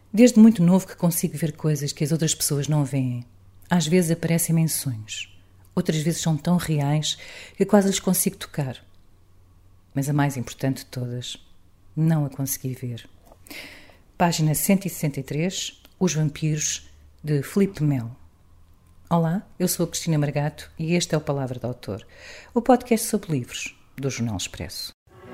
Desde muito novo que consigo ver coisas que as outras pessoas não veem. Às vezes aparecem-me em sonhos. Outras vezes são tão reais que quase lhes consigo tocar. Mas a mais importante de todas, não a consegui ver. Página 163, Os Vampiros, de Filipe Melo. Olá, eu sou a Cristina Margato e este é o Palavra de Autor, o podcast sobre livros do Jornal Expresso.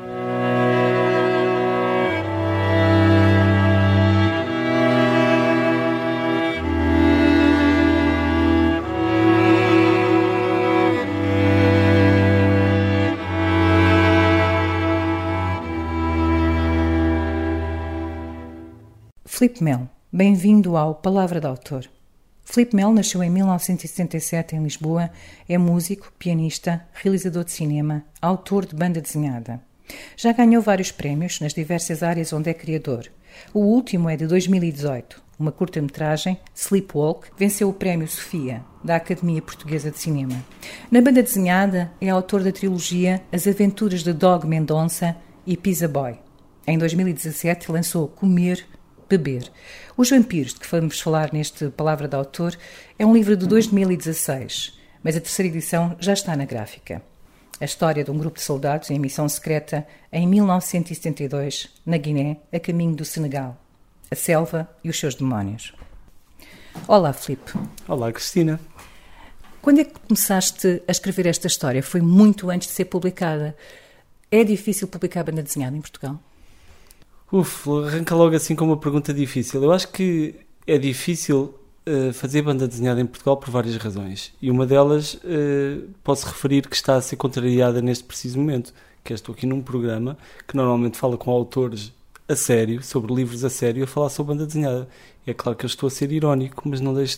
Filipe Melo, bem-vindo ao Palavra de Autor. Filipe Melo nasceu em 1977 em Lisboa, é músico, pianista, realizador de cinema, autor de banda desenhada. Já ganhou vários prémios nas diversas áreas onde é criador. O último é de 2018, uma curta-metragem, Sleepwalk, venceu o prémio Sofia, da Academia Portuguesa de Cinema. Na banda desenhada é autor da trilogia As Aventuras de Dog Mendonça e Pizza Boy. Em 2017 lançou Comer, Beber. Os Vampiros, de que vamos falar neste Palavra de Autor, é um livro de 2016, mas a terceira edição já está na gráfica. A história de um grupo de soldados em missão secreta em 1972, na Guiné, a caminho do Senegal. A selva e os seus demónios. Olá, Filipe. Olá, Cristina. Quando é que começaste a escrever esta história? Foi muito antes de ser publicada. É difícil publicar banda desenhada em Portugal? Arranca logo assim com uma pergunta difícil. Eu acho que é difícil fazer banda desenhada em Portugal por várias razões. E uma delas posso referir que está a ser contrariada neste preciso momento. Que eu estou aqui num programa que normalmente fala com autores a sério, sobre livros a sério, a falar sobre banda desenhada. É claro que eu estou a ser irónico, mas não deixo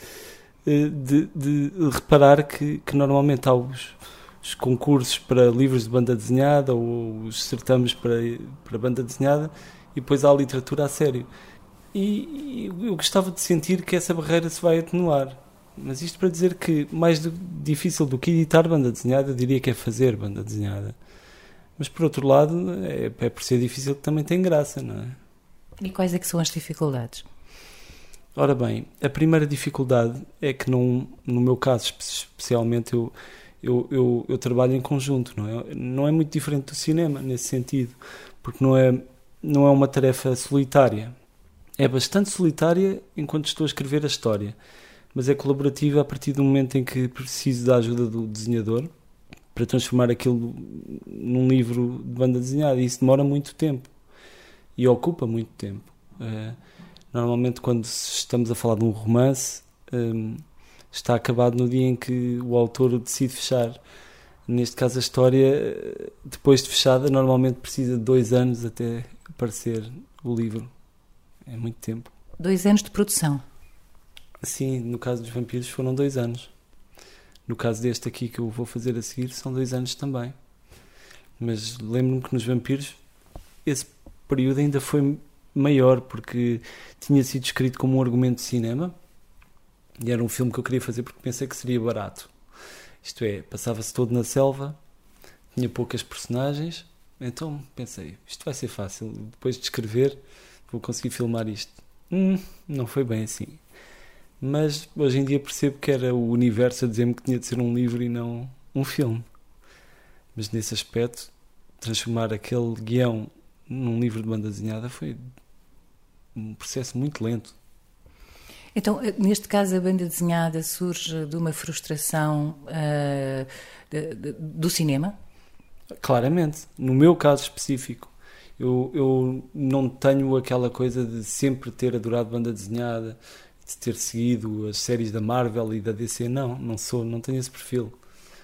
de reparar que normalmente há os concursos para livros de banda desenhada ou os certames para banda desenhada e depois há a literatura a sério. E eu gostava de sentir que essa barreira se vai atenuar. Mas isto para dizer que mais difícil do que editar banda desenhada, eu diria que é fazer banda desenhada. Mas por outro lado, é por ser difícil que também tem graça, não é? E quais é que são as dificuldades? Ora bem, a primeira dificuldade é que no meu caso especialmente eu trabalho em conjunto, não é? Não é muito diferente do cinema nesse sentido, porque não é uma tarefa solitária. É bastante solitária enquanto estou a escrever a história, mas é colaborativa a partir do momento em que preciso da ajuda do desenhador para transformar aquilo num livro de banda desenhada, e isso demora muito tempo e ocupa muito tempo. Normalmente quando estamos a falar de um romance, está acabado no dia em que o autor decide fechar. Neste caso, a história, depois de fechada, normalmente precisa de 2 anos até aparecer o livro. É muito tempo. 2 anos de produção? Sim, no caso dos Vampiros foram 2 anos. No caso deste aqui que eu vou fazer a seguir, são 2 anos também. Mas lembro-me que nos Vampiros esse período ainda foi maior, porque tinha sido escrito como um argumento de cinema. E era um filme que eu queria fazer porque pensei que seria barato. Isto é, passava-se todo na selva, tinha poucas personagens, então pensei, isto vai ser fácil, depois de escrever vou conseguir filmar isto. Não foi bem assim. Mas hoje em dia percebo que era o universo a dizer-me que tinha de ser um livro e não um filme. Mas nesse aspecto, transformar aquele guião num livro de banda desenhada foi um processo muito lento. Então, neste caso, a banda desenhada surge de uma frustração do cinema? Claramente. No meu caso específico, eu não tenho aquela coisa de sempre ter adorado banda desenhada, de ter seguido as séries da Marvel e da DC. Não tenho esse perfil.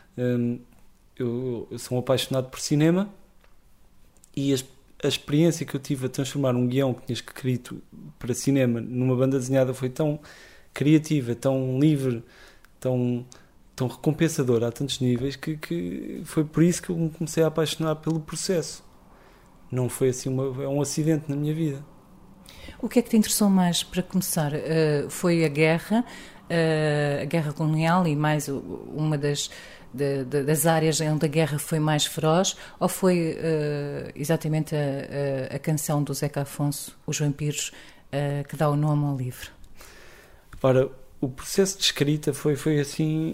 Eu sou um apaixonado por cinema e a experiência que eu tive a transformar um guião que tinha escrito para cinema numa banda desenhada foi tão criativa, tão livre, tão recompensadora a tantos níveis que foi por isso que eu me comecei a apaixonar pelo processo. Não foi assim é um acidente na minha vida. O que é que te interessou mais para começar? Foi a guerra colonial e mais uma das áreas onde a guerra foi mais feroz, ou foi exatamente a canção do Zeca Afonso, Os Vampiros, que dá o nome ao livro? Ora, o processo de escrita foi assim,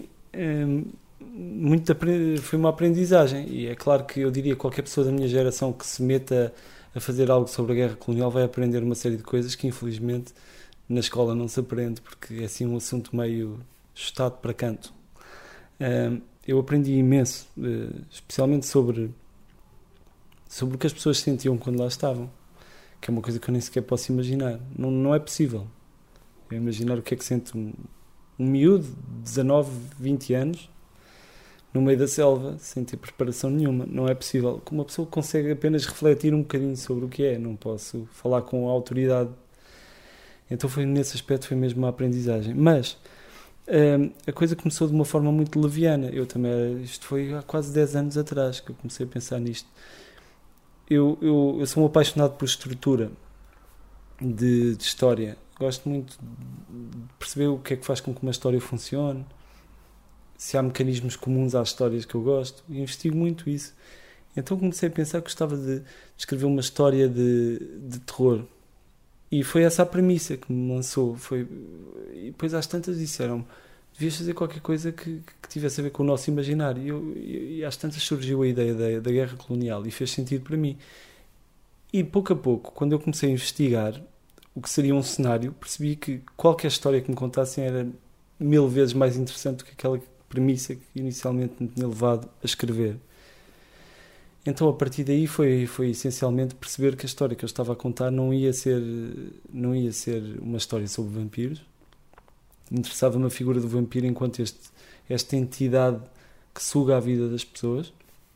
foi uma aprendizagem, e é claro que eu diria que qualquer pessoa da minha geração que se meta a fazer algo sobre a guerra colonial vai aprender uma série de coisas que infelizmente na escola não se aprende, porque é assim um assunto meio chutado para canto. Eu aprendi imenso, especialmente sobre o que as pessoas sentiam quando lá estavam, que é uma coisa que eu nem sequer posso imaginar. Não é possível eu imaginar o que é que sente um miúdo de 19, 20 anos no meio da selva, sem ter preparação nenhuma. Não é possível. Como uma pessoa consegue apenas refletir um bocadinho sobre o que é, não posso falar com autoridade. Então nesse aspecto foi mesmo uma aprendizagem. Mas a coisa começou de uma forma muito leviana. Isto foi há quase 10 anos atrás que eu comecei a pensar nisto. Eu sou um apaixonado por estrutura de história. Gosto muito de perceber o que é que faz com que uma história funcione, se há mecanismos comuns às histórias que eu gosto, e investigo muito isso. Então comecei a pensar que gostava de escrever uma história de terror, e foi essa a premissa que me lançou. E depois às tantas disseram-me: devias fazer qualquer coisa que tivesse a ver com o nosso imaginário, e às tantas surgiu a ideia da guerra colonial, e fez sentido para mim. E pouco a pouco, quando eu comecei a investigar o que seria um cenário, percebi que qualquer história que me contassem era 1000 vezes mais interessante do que aquela premissa que inicialmente me tinha levado a escrever. Então a partir daí foi essencialmente perceber que a história que eu estava a contar não ia ser uma história sobre vampiros. Interessava-me a figura do vampiro enquanto esta entidade que suga a vida das pessoas.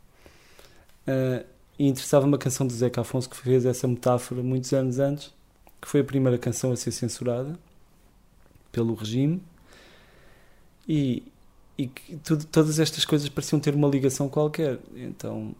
E interessava-me a canção do Zeca Afonso, que fez essa metáfora muitos anos antes, que foi a primeira canção a ser censurada pelo regime, e todas estas coisas pareciam ter uma ligação qualquer. Então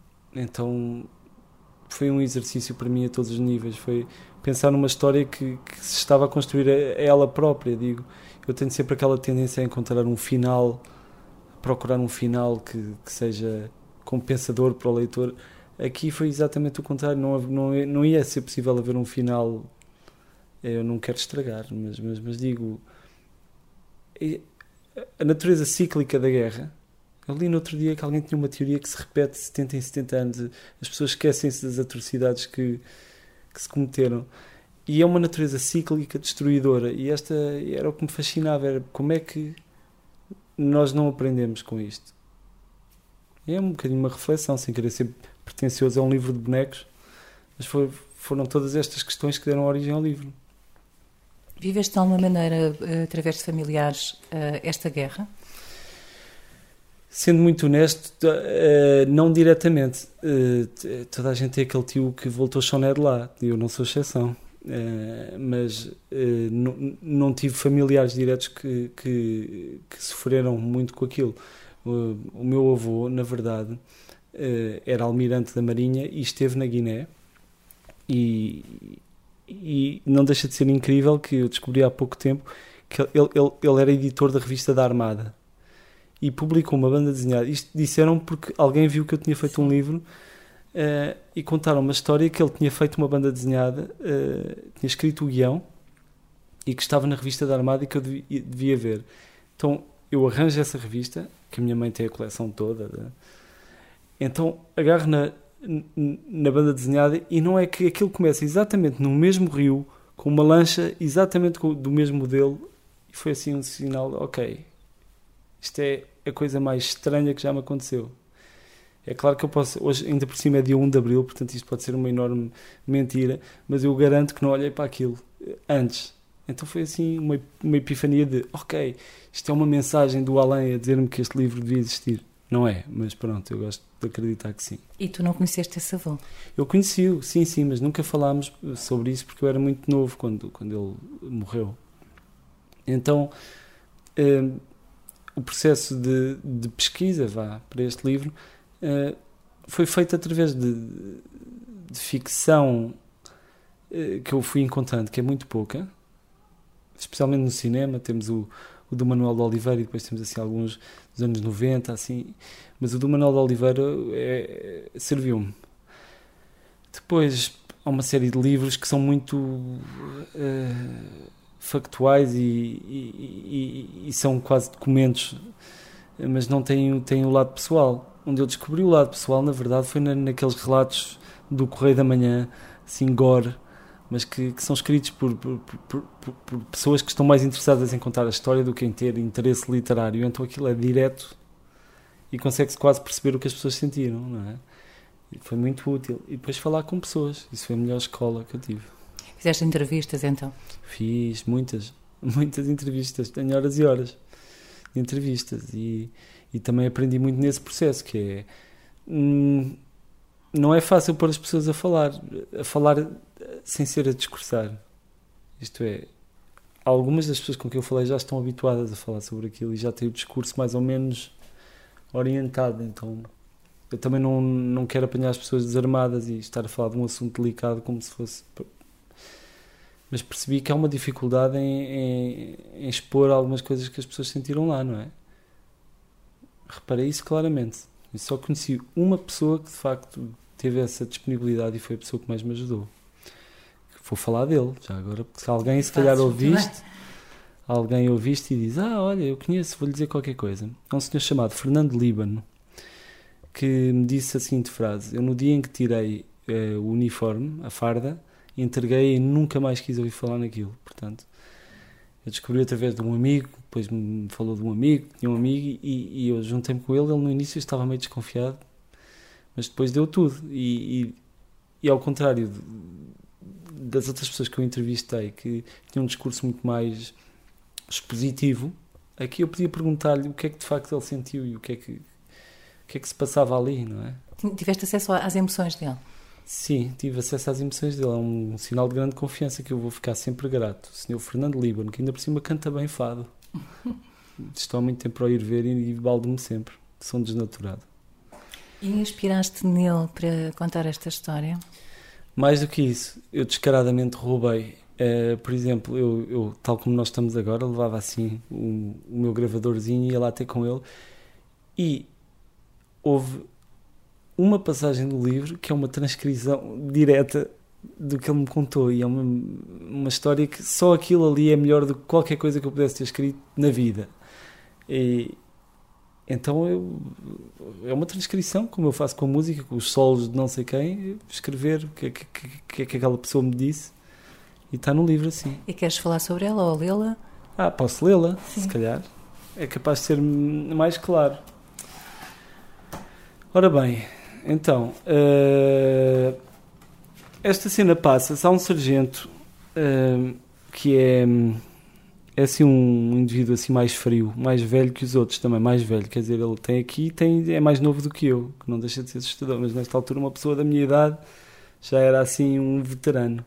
foi um exercício para mim a todos os níveis. Foi pensar numa história que se estava a construir a ela própria. Eu tenho sempre aquela tendência a encontrar um final, procurar um final que seja compensador para o leitor. Aqui foi exatamente o contrário. Não ia ser possível haver um final. Eu não quero estragar, mas digo, a natureza cíclica da guerra. Eu li no outro dia que alguém tinha uma teoria que se repete 70 em 70 anos. As pessoas esquecem-se das atrocidades que se cometeram. E é uma natureza cíclica, destruidora. E esta era o que me fascinava. Era como é que nós não aprendemos com isto. E é um bocadinho uma reflexão, sem querer ser pretencioso a um livro de bonecos, mas foram todas estas questões que deram origem ao livro. Viveste de alguma maneira, através de familiares, esta guerra? Sendo muito honesto, não diretamente. Toda a gente tem aquele tio que voltou choné de lá, eu não sou exceção. Mas não tive familiares diretos que sofreram muito com aquilo. O meu avô, na verdade, era almirante da Marinha e esteve na Guiné, e não deixa de ser incrível que eu descobri há pouco tempo que ele era editor da revista da Armada e publicou uma banda desenhada. Isto disseram porque alguém viu que eu tinha feito um livro, e contaram uma história que ele tinha feito uma banda desenhada, tinha escrito o guião e que estava na revista da Armada e que eu devia ver. Então eu arranjo essa revista, que a minha mãe tem a coleção toda, então agarro na banda desenhada, e não é que aquilo começa exatamente no mesmo rio, com uma lancha exatamente do mesmo modelo, e foi assim um sinal: ok, isto é a coisa mais estranha que já me aconteceu. É claro que eu posso, hoje ainda por cima é dia 1 de Abril, portanto isto pode ser uma enorme mentira, mas eu garanto que não olhei para aquilo antes. Então foi assim uma epifania de: ok, isto é uma mensagem do além a dizer-me que este livro devia existir. Não é, mas pronto, eu gosto de acreditar que sim. E tu não conheceste esse avô? Eu conheci-o, sim, mas nunca falámos sobre isso porque eu era muito novo quando ele morreu. Então o processo de pesquisa para este livro foi feito através de ficção que eu fui encontrando, que é muito pouca, especialmente no cinema. Temos o do Manuel de Oliveira, e depois temos assim alguns dos anos 90, assim, mas o do Manuel de Oliveira serviu-me. Depois há uma série de livros que são muito factuais e são quase documentos, mas não têm o lado pessoal. Onde eu descobri o lado pessoal, na verdade, foi naqueles relatos do Correio da Manhã, assim, gore, mas que são escritos por pessoas que estão mais interessadas em contar a história do que em ter interesse literário. Então aquilo é direto e consegue-se quase perceber o que as pessoas sentiram, não é? E foi muito útil. E depois falar com pessoas, isso foi a melhor escola que eu tive. Fizeste entrevistas, então? Fiz muitas entrevistas, tenho horas e horas de entrevistas e também aprendi muito nesse processo, que é... não é fácil pôr as pessoas a falar sem ser a discursar. Isto é, algumas das pessoas com quem eu falei já estão habituadas a falar sobre aquilo e já têm o discurso mais ou menos orientado, então eu também não quero apanhar as pessoas desarmadas e estar a falar de um assunto delicado como se fosse... Mas percebi que há uma dificuldade em expor algumas coisas que as pessoas sentiram lá, não é? Reparei isso claramente. Eu só conheci uma pessoa que de facto teve essa disponibilidade e foi a pessoa que mais me ajudou. Vou falar dele já agora, porque se alguém se calhar ouviste e diz, olha, eu conheço, vou-lhe dizer qualquer coisa. É um senhor chamado Fernando Líbano que me disse a seguinte frase: eu no dia em que tirei o uniforme, a farda, entreguei e nunca mais quis ouvir falar naquilo. Portanto, eu descobri através de um amigo, depois me falou de um amigo, tinha um amigo e eu juntei-me com ele. Ele no início estava meio desconfiado, mas depois deu tudo. E ao contrário das outras pessoas que eu entrevistei, que tinham um discurso muito mais expositivo, aqui eu podia perguntar-lhe o que é que de facto ele sentiu e o que é que se passava ali, não é? Tiveste acesso às emoções dele? Sim, tive acesso às emoções dele. É um sinal de grande confiança que eu vou ficar sempre grato. O senhor Fernando Líbano, que ainda por cima canta bem fado. Estou há muito tempo a ir ver e baldo-me sempre. Sou desnaturado. E inspiraste nele para contar esta história? Mais do que isso, eu descaradamente roubei. Por exemplo, eu, tal como nós estamos agora, levava assim o meu gravadorzinho e ia lá ter com ele. E houve uma passagem do livro que é uma transcrição direta do que ele me contou, e é uma história que só aquilo ali é melhor do que qualquer coisa que eu pudesse ter escrito na vida. E então é uma transcrição, como eu faço com a música, com os solos de não sei quem, escrever o que é que aquela pessoa me disse, e está no livro assim. E queres falar sobre ela ou lê-la? Posso lê-la, se calhar. É capaz de ser mais claro. Ora bem, então, esta cena passa-se a um sargento que é assim um indivíduo assim mais frio, mais velho que os outros também, mais velho, quer dizer, ele é mais novo do que eu, que não deixa de ser assustador, mas nesta altura uma pessoa da minha idade já era assim um veterano.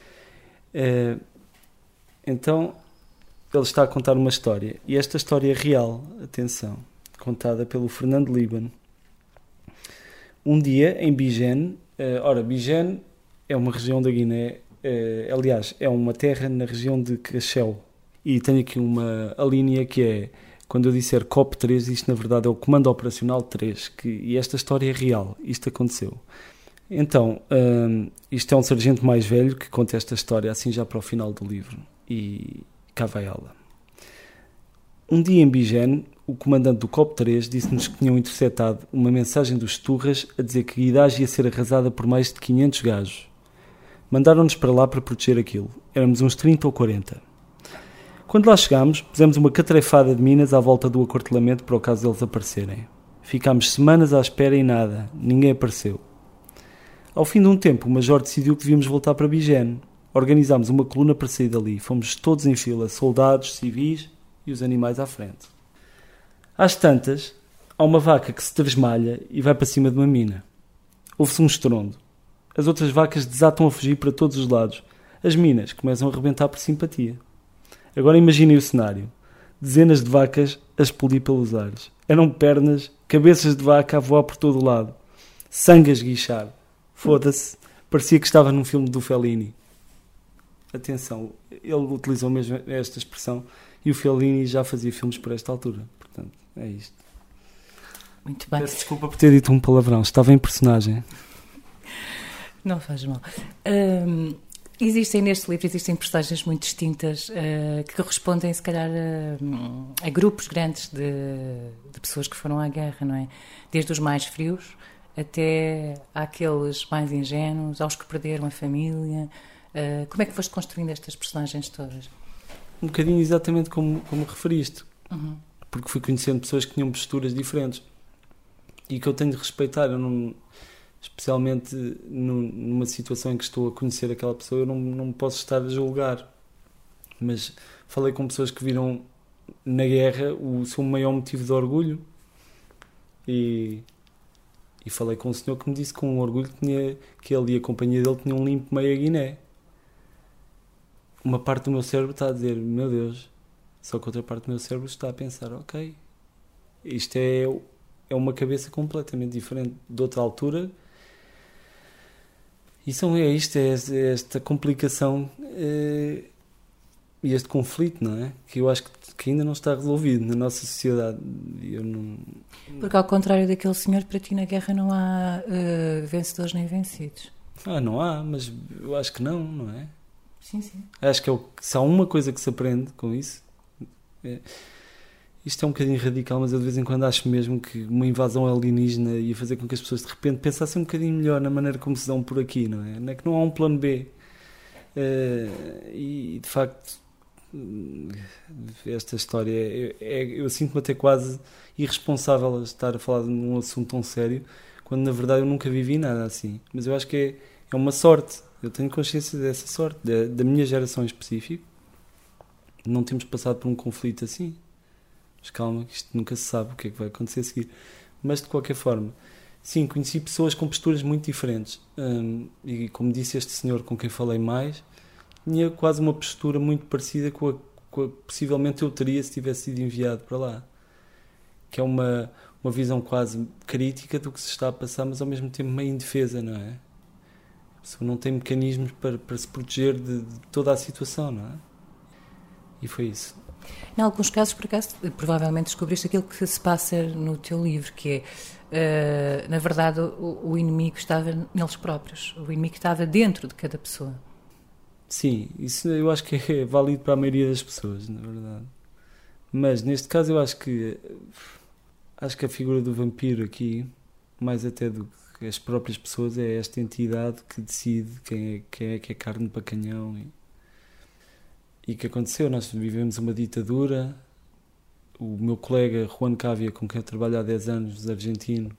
Então ele está a contar uma história, e esta história é real, atenção, contada pelo Fernando Líbano. Um dia em Bigen, Bigen é uma região da Guiné, aliás, é uma terra na região de Cachel, e tenho aqui a linha que é, quando eu disser COP 3, isto na verdade é o Comando Operacional 3, e esta história é real, isto aconteceu. Então, isto é um sargento mais velho que conta esta história assim já para o final do livro, e cá vai ela. Um dia em Bigen, o comandante do COP 3 disse-nos que tinham interceptado uma mensagem dos Turras a dizer que Guidage ia ser arrasada por mais de 500 gajos. Mandaram-nos para lá para proteger aquilo. Éramos uns 30 ou 40. Quando lá chegámos, pusemos uma catrefada de minas à volta do acortelamento para o caso deles aparecerem. Ficámos semanas à espera e nada. Ninguém apareceu. Ao fim de um tempo, o major decidiu que devíamos voltar para Bigen. Organizámos uma coluna para sair dali. Fomos todos em fila, soldados, civis e os animais à frente. Às tantas, há uma vaca que se tresmalha e vai para cima de uma mina. Ouve-se um estrondo. As outras vacas desatam a fugir para todos os lados. As minas começam a rebentar por simpatia. Agora imaginem o cenário. Dezenas de vacas a explodir pelos ares. Eram pernas, cabeças de vaca a voar por todo o lado. Sangue a esguichar. Foda-se. Parecia que estava num filme do Fellini. Atenção, ele utilizou mesmo esta expressão e o Fellini já fazia filmes por esta altura. Portanto, é isto. Muito bem. Peço desculpa por ter dito um palavrão. Estava em personagem. Não faz mal. Existem neste livro, existem personagens muito distintas que correspondem, se calhar, a grupos grandes de pessoas que foram à guerra, não é? Desde os mais frios até àqueles mais ingênuos, aos que perderam a família. Como é que foste construindo estas personagens todas? Um bocadinho exatamente como referiste. Uhum. Porque fui conhecendo pessoas que tinham posturas diferentes e que eu tenho de respeitar. Eu não, especialmente numa situação em que estou a conhecer aquela pessoa, eu não posso estar a julgar. Mas falei com pessoas que viram na guerra o seu maior motivo de orgulho e falei com um senhor que me disse com um orgulho que ele e a companhia dele tinham um limpo meia Guiné. Uma parte do meu cérebro está a dizer, meu Deus, só que outra parte do meu cérebro está a pensar, ok, isto é uma cabeça completamente diferente de outra altura. E é esta complicação e este conflito, não é? Que eu acho que ainda não está resolvido na nossa sociedade. Eu não... Porque ao contrário daquele senhor, para ti na guerra não há vencedores nem vencidos. Não há, mas eu acho que não é? Sim, sim. Acho que se há uma coisa que se aprende com isso... Isto é um bocadinho radical, mas eu de vez em quando acho mesmo que uma invasão alienígena ia fazer com que as pessoas de repente pensassem um bocadinho melhor na maneira como se dão por aqui, não é? Não é que não há um plano B. E de facto, esta história, eu sinto-me até quase irresponsável a estar a falar de um assunto tão sério, quando na verdade eu nunca vivi nada assim. Mas eu acho que é uma sorte, eu tenho consciência dessa sorte, da minha geração em específico. Não temos passado por um conflito assim. Mas calma, que isto nunca se sabe o que é que vai acontecer a seguir. Mas de qualquer forma, sim, conheci pessoas com posturas muito diferentes. E como disse este senhor com quem falei mais, tinha quase uma postura muito parecida com a que possivelmente eu teria se tivesse sido enviado para lá. Que é uma visão quase crítica do que se está a passar, mas ao mesmo tempo meio indefesa, não é? A pessoa não tem mecanismos para se proteger de toda a situação, não é? E foi isso. Em alguns casos, por acaso, provavelmente descobriste aquilo que se passa no teu livro, que é, na verdade, o inimigo estava neles próprios. O inimigo estava dentro de cada pessoa. Sim, isso eu acho que é válido para a maioria das pessoas, na verdade. Mas, neste caso, eu acho que a figura do vampiro aqui, mais até do que as próprias pessoas, é esta entidade que decide quem é que é carne para canhão. E o que aconteceu? Nós vivemos uma ditadura. O meu colega Juan Cávia, com quem eu trabalho há 10 anos, argentino,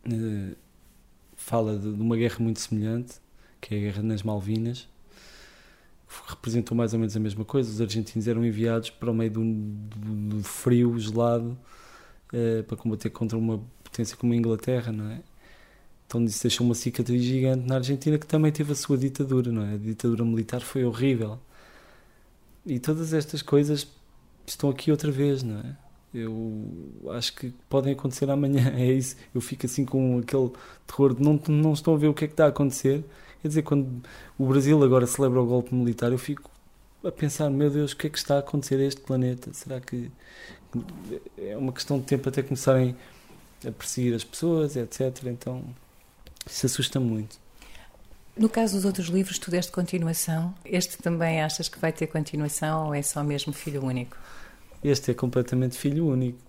fala de uma guerra muito semelhante, que é a Guerra nas Malvinas. Representou mais ou menos a mesma coisa. Os argentinos eram enviados para o meio do frio gelado para combater contra uma potência como a Inglaterra, não é? Então isso deixou uma cicatriz gigante na Argentina, que também teve a sua ditadura, não é? A ditadura militar foi horrível. E todas estas coisas estão aqui outra vez, não é? Eu acho que podem acontecer amanhã, é isso. Eu fico assim com aquele terror de não estão a ver o que é que está a acontecer. Quer dizer, quando o Brasil agora celebra o golpe militar, eu fico a pensar, meu Deus, o que é que está a acontecer a este planeta? Será que é uma questão de tempo até começarem a perseguir as pessoas, etc. Então, isso assusta muito. No caso dos outros livros, tu deste continuação. Este também achas que vai ter continuação ou é só mesmo filho único? Este é completamente filho único.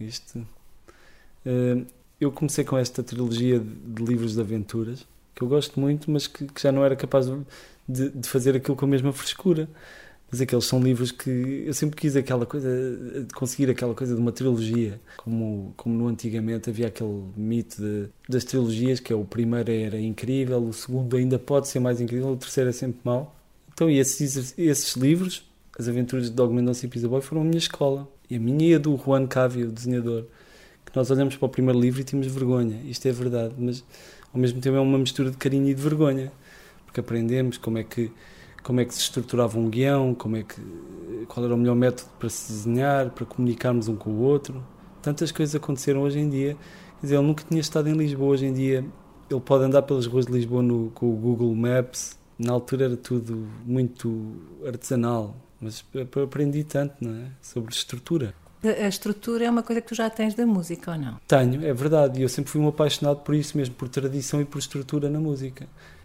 Eu comecei com esta trilogia de livros de aventuras, que eu gosto muito, mas que já não era capaz de fazer aquilo com a mesma frescura. Mas aqueles são livros que eu sempre quis aquela coisa, de conseguir aquela coisa de uma trilogia, como no antigamente havia aquele mito das trilogias, que é o primeiro era incrível, o segundo ainda pode ser mais incrível, o terceiro é sempre mau. Então esses livros, As Aventuras de Dog Mendonça e Pizza Boy, foram a minha escola. E a minha e a do Juan Cávia, o desenhador, que nós olhamos para o primeiro livro e tínhamos vergonha. Isto é verdade, mas ao mesmo tempo é uma mistura de carinho e de vergonha, porque aprendemos como é que se estruturava um guião, qual era o melhor método para se desenhar, para comunicarmos um com o outro. Tantas coisas aconteceram hoje em dia. Quer dizer, ele nunca tinha estado em Lisboa. Hoje em dia ele pode andar pelas ruas de Lisboa com o Google Maps. Na altura era tudo muito artesanal, mas aprendi tanto, não é? Sobre estrutura. A estrutura é uma coisa que tu já tens da música, ou não? Tenho, é verdade, e eu sempre fui um apaixonado por isso mesmo, por tradição e por estrutura na música.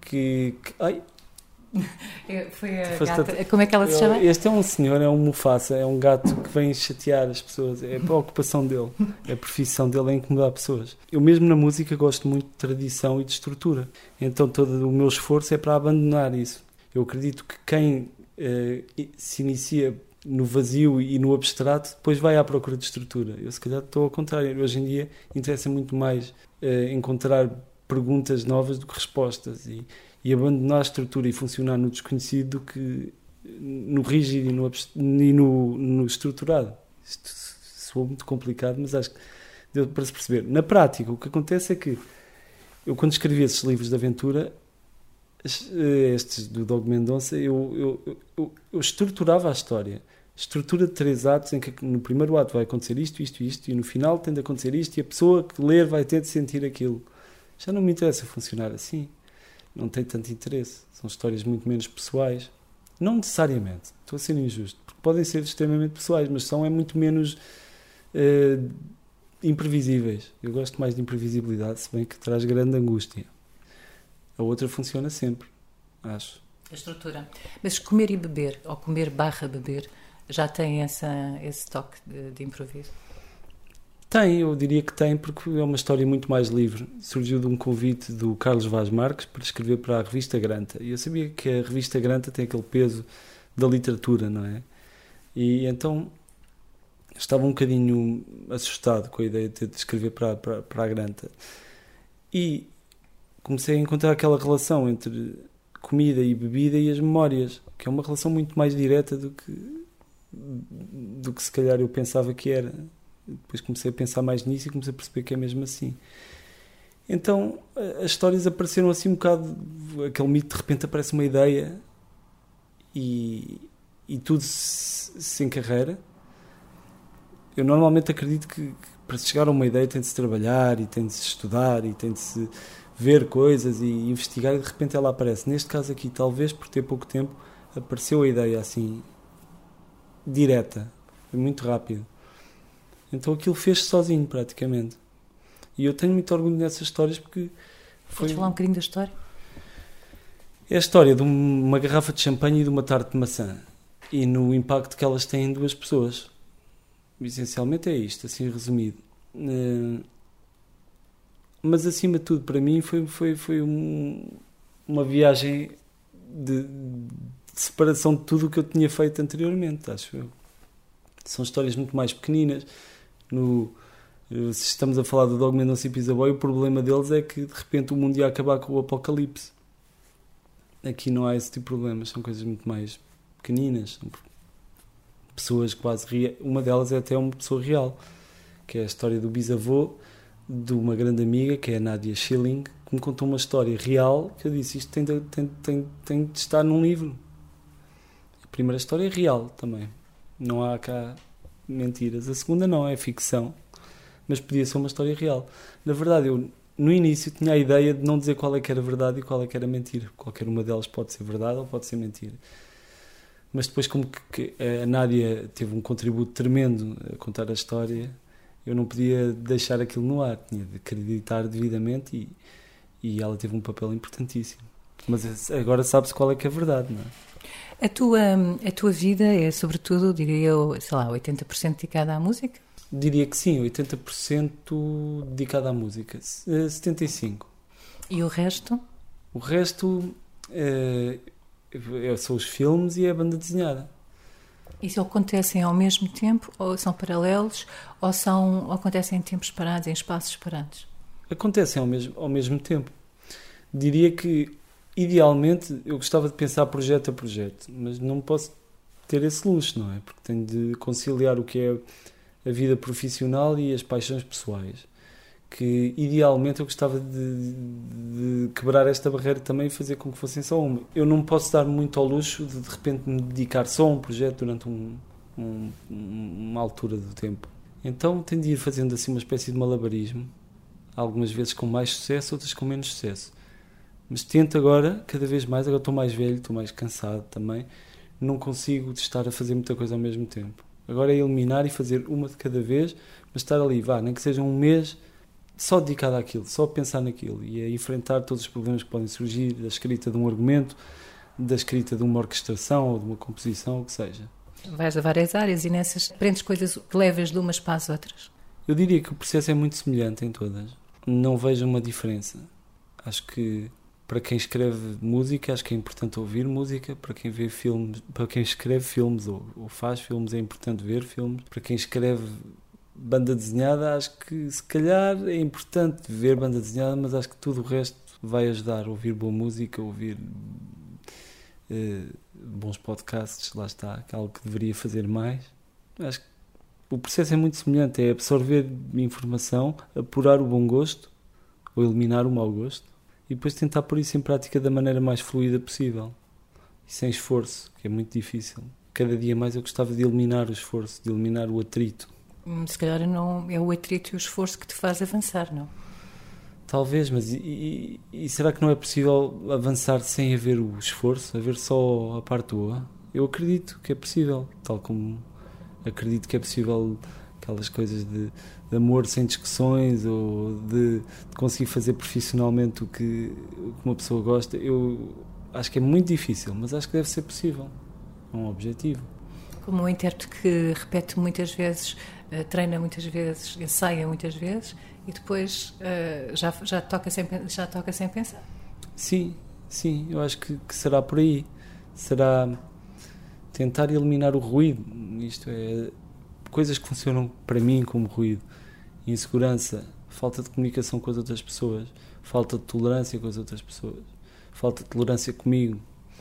Foi a gata. Como é que ela se chama? Este é um senhor, é um Mufasa, é um gato que vem chatear as pessoas. É a ocupação dele, a profissão dele é incomodar pessoas. Eu mesmo na música gosto muito de tradição e de estrutura. Então todo o meu esforço é para abandonar isso. Eu acredito que quem se inicia no vazio e no abstrato depois vai à procura de estrutura. Eu se calhar estou ao contrário. Hoje em dia interessa muito mais encontrar perguntas novas do que respostas e abandonar a estrutura e funcionar no desconhecido do que no rígido e no estruturado. Isto soa muito complicado, mas acho que deu para se perceber. Na prática, o que acontece é que eu, quando escrevi esses livros de aventura, estes do Dog Mendonça, eu estruturava a história. Estrutura de 3 atos, em que no primeiro ato vai acontecer isto, isto e isto, e no final tem de acontecer isto, e a pessoa que ler vai ter de sentir aquilo. Já não me interessa funcionar assim. Não tem tanto interesse. São histórias muito menos pessoais. Não necessariamente. Estou a ser injusto. Porque podem ser extremamente pessoais, mas são muito menos imprevisíveis. Eu gosto mais de imprevisibilidade, se bem que traz grande angústia. A outra funciona sempre, acho. A estrutura. Mas comer e beber, ou comer/beber, já tem esse toque de improviso? Tem, eu diria que tem, porque é uma história muito mais livre. Surgiu de um convite do Carlos Vaz Marques para escrever para a revista Granta. E eu sabia que a revista Granta tem aquele peso da literatura, não é? E então estava um bocadinho assustado com a ideia de ter de escrever para a Granta. E comecei a encontrar aquela relação entre comida e bebida e as memórias, que é uma relação muito mais direta do que se calhar eu pensava que era. Depois comecei a pensar mais nisso e comecei a perceber que é mesmo assim. Então as histórias apareceram assim um bocado, aquele mito, de repente aparece uma ideia e tudo se encarreira. Eu normalmente acredito que para chegar a uma ideia tem de se trabalhar e tem de se estudar e tem de se ver coisas e investigar, e de repente ela aparece. Neste caso aqui, talvez por ter pouco tempo, apareceu a ideia assim direta, foi muito rápido. Então aquilo fez-se sozinho, praticamente. E eu tenho muito orgulho nessas histórias porque... Podes falar um bocadinho da história? É a história de uma garrafa de champanhe e de uma tarte de maçã. E no impacto que elas têm em 2 pessoas. Essencialmente é isto, assim resumido. Mas acima de tudo, para mim, foi uma viagem de separação de tudo o que eu tinha feito anteriormente, acho eu. São histórias muito mais pequeninas. Se estamos a falar do Dog Mendonça e Pizza Boy, o problema deles é que de repente o mundo ia acabar com o apocalipse. Aqui não há esse tipo de problemas, são coisas muito mais pequeninas, são pessoas quase reais. Uma delas é até uma pessoa real, que é a história do bisavô de uma grande amiga, que é a Nadia Schilling, que me contou uma história real, que eu disse, isto tem de estar num livro. A primeira história é real também, não há cá mentiras. A segunda não, é ficção, mas podia ser uma história real. Na verdade, eu no início tinha a ideia de não dizer qual é que era verdade e qual é que era mentira. Qualquer uma delas pode ser verdade ou pode ser mentira. Mas depois, como que a Nádia teve um contributo tremendo a contar a história, eu não podia deixar aquilo no ar, tinha de acreditar devidamente e ela teve um papel importantíssimo. Mas agora sabe-se qual é que é a verdade, não é? A tua vida é, sobretudo, diria eu, sei lá, 80% dedicada à música? Diria que sim, 80% dedicado à música, 75%. E o resto? O resto são os filmes e é a banda desenhada. Isso acontecem ao mesmo tempo, ou são paralelos, ou acontecem em tempos parados, em espaços parados? Acontecem ao mesmo tempo. Diria que, idealmente, eu gostava de pensar projeto a projeto, mas não posso ter esse luxo, não é? Porque tenho de conciliar o que é a vida profissional e as paixões pessoais, que idealmente eu gostava de quebrar esta barreira também e fazer com que fossem só uma. Eu não posso dar muito ao luxo de repente me dedicar só a um projeto durante uma altura do tempo. Então tenho de ir fazendo assim uma espécie de malabarismo, algumas vezes com mais sucesso, outras com menos sucesso. Mas tento agora, cada vez mais, agora estou mais velho, estou mais cansado também, não consigo estar a fazer muita coisa ao mesmo tempo. Agora é eliminar e fazer uma de cada vez, mas estar ali, nem que seja um mês só dedicado àquilo, só a pensar naquilo e a enfrentar todos os problemas que podem surgir da escrita de um argumento, da escrita de uma orquestração ou de uma composição, o que seja. Vais a várias áreas e nessas aprendes coisas que levas de umas para as outras. Eu diria que o processo é muito semelhante em todas. Não vejo uma diferença. Acho que para quem escreve música, acho que é importante ouvir música. Para quem vê filmes, para quem escreve filmes ou faz filmes, é importante ver filmes. Para quem escreve banda desenhada, acho que se calhar é importante ver banda desenhada, mas acho que tudo o resto vai ajudar. Ouvir boa música, ouvir bons podcasts, lá está, que é algo que deveria fazer mais. Acho que o processo é muito semelhante, é absorver informação, apurar o bom gosto ou eliminar o mau gosto e depois tentar pôr isso em prática da maneira mais fluida possível e sem esforço, que é muito difícil. Cada dia mais eu gostava de eliminar o esforço, de eliminar o atrito. Se calhar não é o atrito e o esforço que te faz avançar, não? Talvez, mas e será que não é possível avançar sem haver o esforço, haver só a parte boa? Eu acredito que é possível, tal como acredito que é possível aquelas coisas de amor sem discussões ou de conseguir fazer profissionalmente o que uma pessoa gosta. Eu acho que é muito difícil, mas acho que deve ser possível. É um objetivo. Como um intérprete que repete muitas vezes, treina muitas vezes, ensaia muitas vezes e depois já toca sem pensar. Sim, eu acho que será por aí. Será tentar eliminar o ruído. Isto é, coisas que funcionam para mim como ruído. Insegurança, falta de comunicação com as outras pessoas, falta de tolerância com as outras pessoas, falta de tolerância comigo,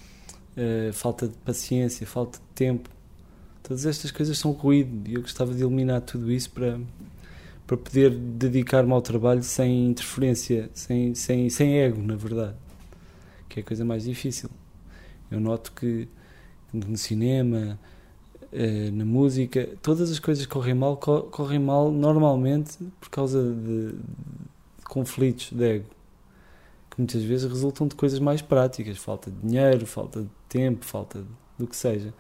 falta de paciência, falta de tempo. Todas estas coisas são ruído e eu gostava de eliminar tudo isso para poder dedicar-me ao trabalho sem interferência, sem ego, na verdade, que é a coisa mais difícil. Eu noto que no cinema, na música, todas as coisas que correm mal normalmente por causa de conflitos de ego, que muitas vezes resultam de coisas mais práticas, falta de dinheiro, falta de tempo, falta do que seja.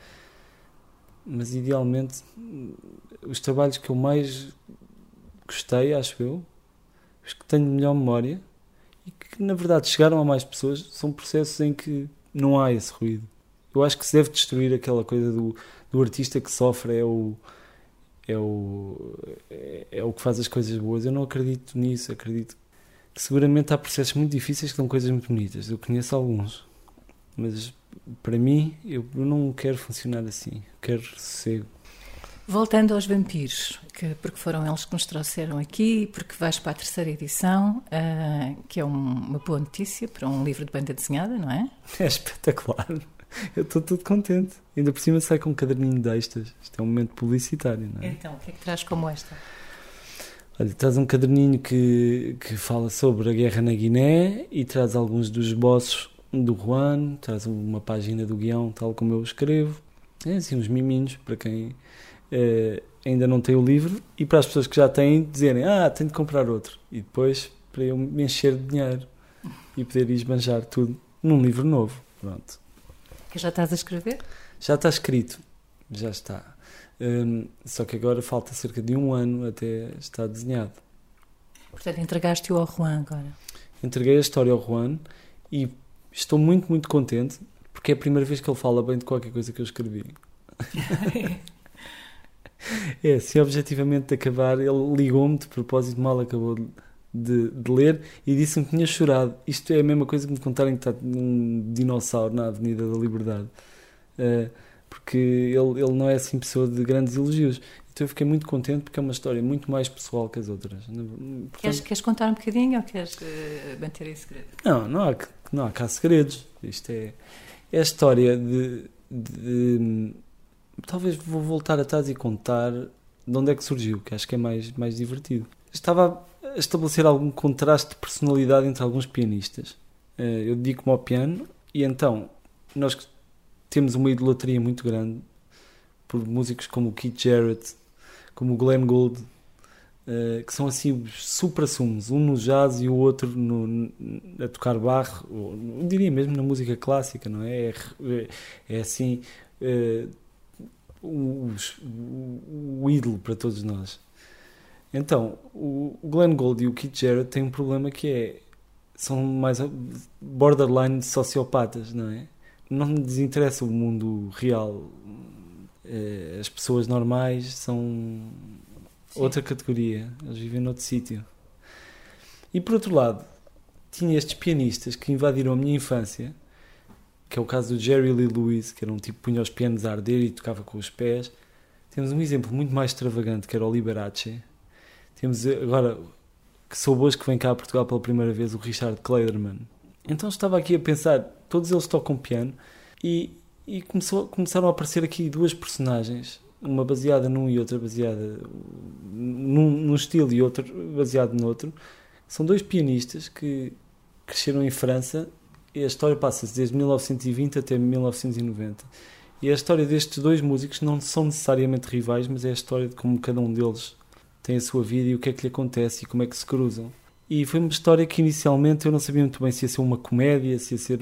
Mas idealmente os trabalhos que eu mais gostei, acho eu, os que tenho melhor memória e que na verdade chegaram a mais pessoas, são processos em que não há esse ruído. Eu acho que se deve destruir aquela coisa do artista que sofre, é o que faz as coisas boas. Eu não acredito nisso. Acredito que seguramente há processos muito difíceis que dão coisas muito bonitas. Eu conheço alguns, mas para mim eu não quero funcionar assim. Eu quero sossego. Voltando aos vampiros, porque foram eles que nos trouxeram aqui, porque vais para a 3ª edição, que é uma boa notícia para um livro de banda desenhada, não é? É espetacular. Eu estou todo contente. Ainda por cima sai com um caderninho de extras. Isto é um momento publicitário, não é? Então, o que é que traz como esta? Olha, traz um caderninho que fala sobre a guerra na Guiné e traz alguns dos esboços do Juan, traz uma página do guião, tal como eu escrevo. É assim, uns miminhos para quem ainda não tem o livro e para as pessoas que já têm dizerem, tenho de comprar outro. E depois para eu me encher de dinheiro e poder esbanjar tudo num livro novo. Pronto. Que já estás a escrever? Já está escrito, já está. Só que agora falta cerca de 1 ano até estar desenhado. Portanto, entregaste-o ao Juan agora? Entreguei a história ao Juan e estou muito, muito contente porque é a primeira vez que ele fala bem de qualquer coisa que eu escrevi. Se objetivamente de acabar, ele ligou-me de propósito, mal acabou de ler e disse-me que tinha chorado. Isto é a mesma coisa que me contarem que está um dinossauro na Avenida da Liberdade, porque ele não é assim pessoa de grandes elogios. Então eu fiquei muito contente porque é uma história muito mais pessoal que as outras. Portanto, queres contar um bocadinho ou queres manter em segredo? Não há cá segredos. Isto é a história de talvez vou voltar atrás e contar de onde é que surgiu, que acho que é mais divertido. Estava a estabelecer algum contraste de personalidade entre alguns pianistas. Eu dedico-me ao piano e então nós temos uma idolatria muito grande por músicos como o Keith Jarrett, como o Glenn Gould, que são assim os supra-sumos, um no jazz e o outro a tocar barro, eu diria mesmo na música clássica, não é? É assim, o ídolo para todos nós. Então, o Glenn Gould e o Keith Jarrett têm um problema que são mais borderline sociopatas, não é? Não lhes interessa o mundo real. As pessoas normais são outra categoria. Eles vivem noutro sítio. E por outro lado, tinha estes pianistas que invadiram a minha infância, que é o caso do Jerry Lee Lewis, que era um tipo que punha os pianos a arder e tocava com os pés. Temos um exemplo muito mais extravagante, que era o Liberace. Temos agora, que sou hoje que vem cá a Portugal pela primeira vez, o Richard Clayderman. Então estava aqui a pensar, todos eles tocam piano e começaram a aparecer aqui duas personagens, uma baseada num e outra baseada num estilo e outra baseada no outro. São dois pianistas que cresceram em França e a história passa-se desde 1920 até 1990. E a história destes dois músicos não são necessariamente rivais, mas é a história de como cada um deles tem a sua vida e o que é que lhe acontece e como é que se cruzam. E foi uma história que inicialmente eu não sabia muito bem se ia ser uma comédia, se ia ser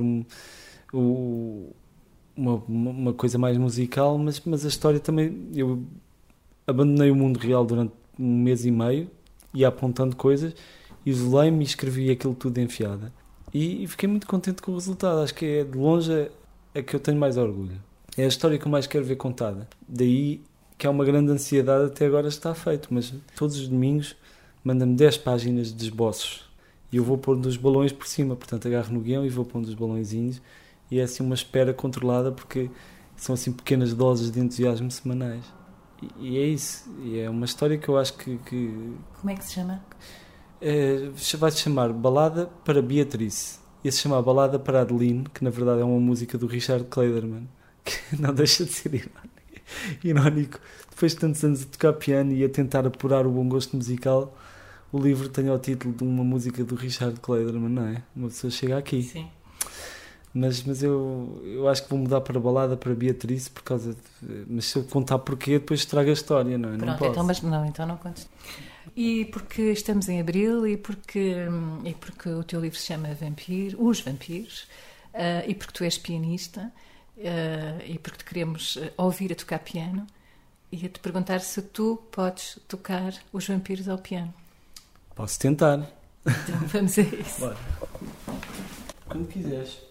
uma coisa mais musical, mas a história também... Eu abandonei o mundo real durante 1 mês e meio, ia apontando coisas, isolei-me e escrevi aquilo tudo de enfiada. E fiquei muito contente com o resultado. Acho que é de longe a que eu tenho mais orgulho. É a história que eu mais quero ver contada. Daí que há uma grande ansiedade até agora está feito, mas todos os domingos manda-me 10 páginas de esboços e eu vou pondo os balões por cima, portanto agarro no guião e vou pondo os balõezinhos e é assim uma espera controlada porque são assim pequenas doses de entusiasmo semanais e é isso, e é uma história que eu acho que... Como é que se chama? Vai-se chamar Balada para Beatrice, ia-se chamar Balada para Adeline, que na verdade é uma música do Richard Clayderman, que não deixa de ser irónico. Depois de tantos anos a tocar piano e a tentar apurar o bom gosto musical, o livro tem o título de uma música do Richard Clayderman, não é? Uma pessoa chega aqui. Sim. Mas eu acho que vou mudar para Balada para Beatrice por causa de... Mas se eu contar porquê, depois estraga a história, não é? Pronto, não posso. então não contes. E porque estamos em abril e porque o teu livro se chama Os Vampiros, e porque tu és pianista, e porque te queremos ouvir a tocar piano, e a te perguntar se tu podes tocar Os Vampiros ao piano. Posso tentar. Então vamos a isso. Bora. Quando quiseres.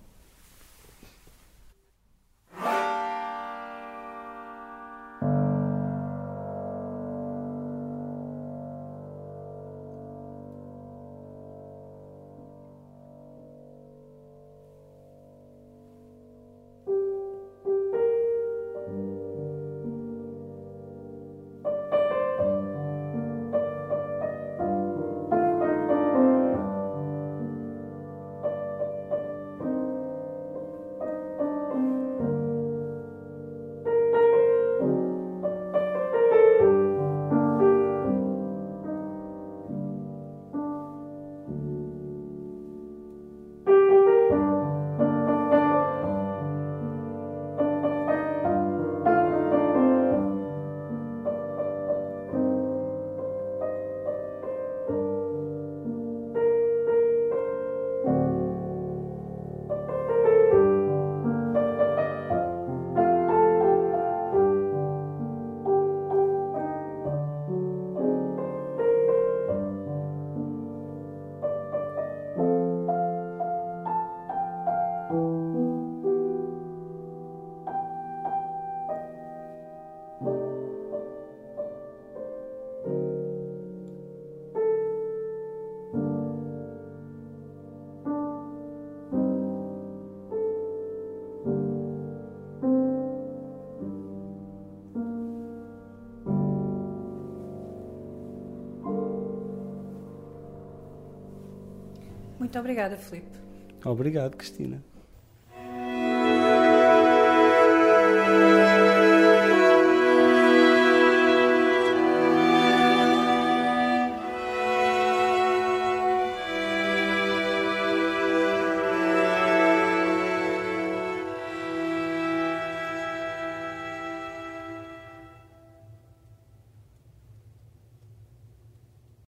Muito obrigada, Filipe. Obrigado, Cristina.